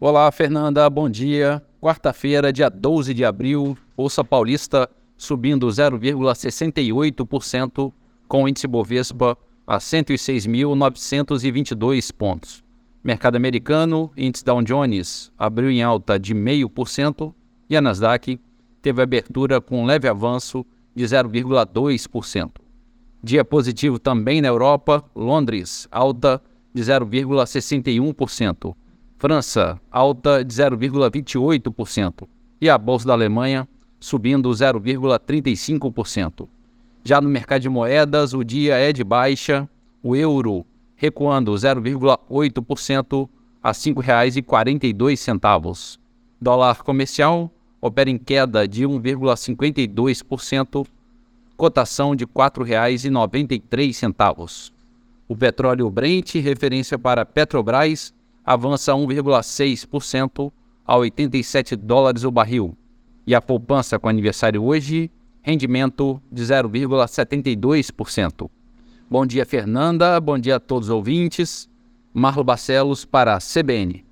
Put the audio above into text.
Olá, Fernanda, bom dia. Quarta-feira, dia 12 de abril, Bolsa Paulista subindo 0,68%, com o índice Bovespa a 106.922 pontos. Mercado americano, índice Dow Jones abriu em alta de 0,5% e a Nasdaq teve abertura com um leve avanço de 0,2%. Dia positivo também na Europa, Londres, alta de 0,61%. França, alta de 0,28%. E a Bolsa da Alemanha, subindo 0,35%. Já no mercado de moedas, o dia é de baixa, o euro recuando 0,8% a R$ 5,42. Dólar comercial opera em queda de 1,52%, cotação de R$ 4,93. O petróleo Brent, referência para Petrobras, avança 1,6% a $87 o barril. E a poupança com aniversário hoje, rendimento de 0,72%. Bom dia, Fernanda. Bom dia a todos os ouvintes. Marlo Barcelos para a CBN.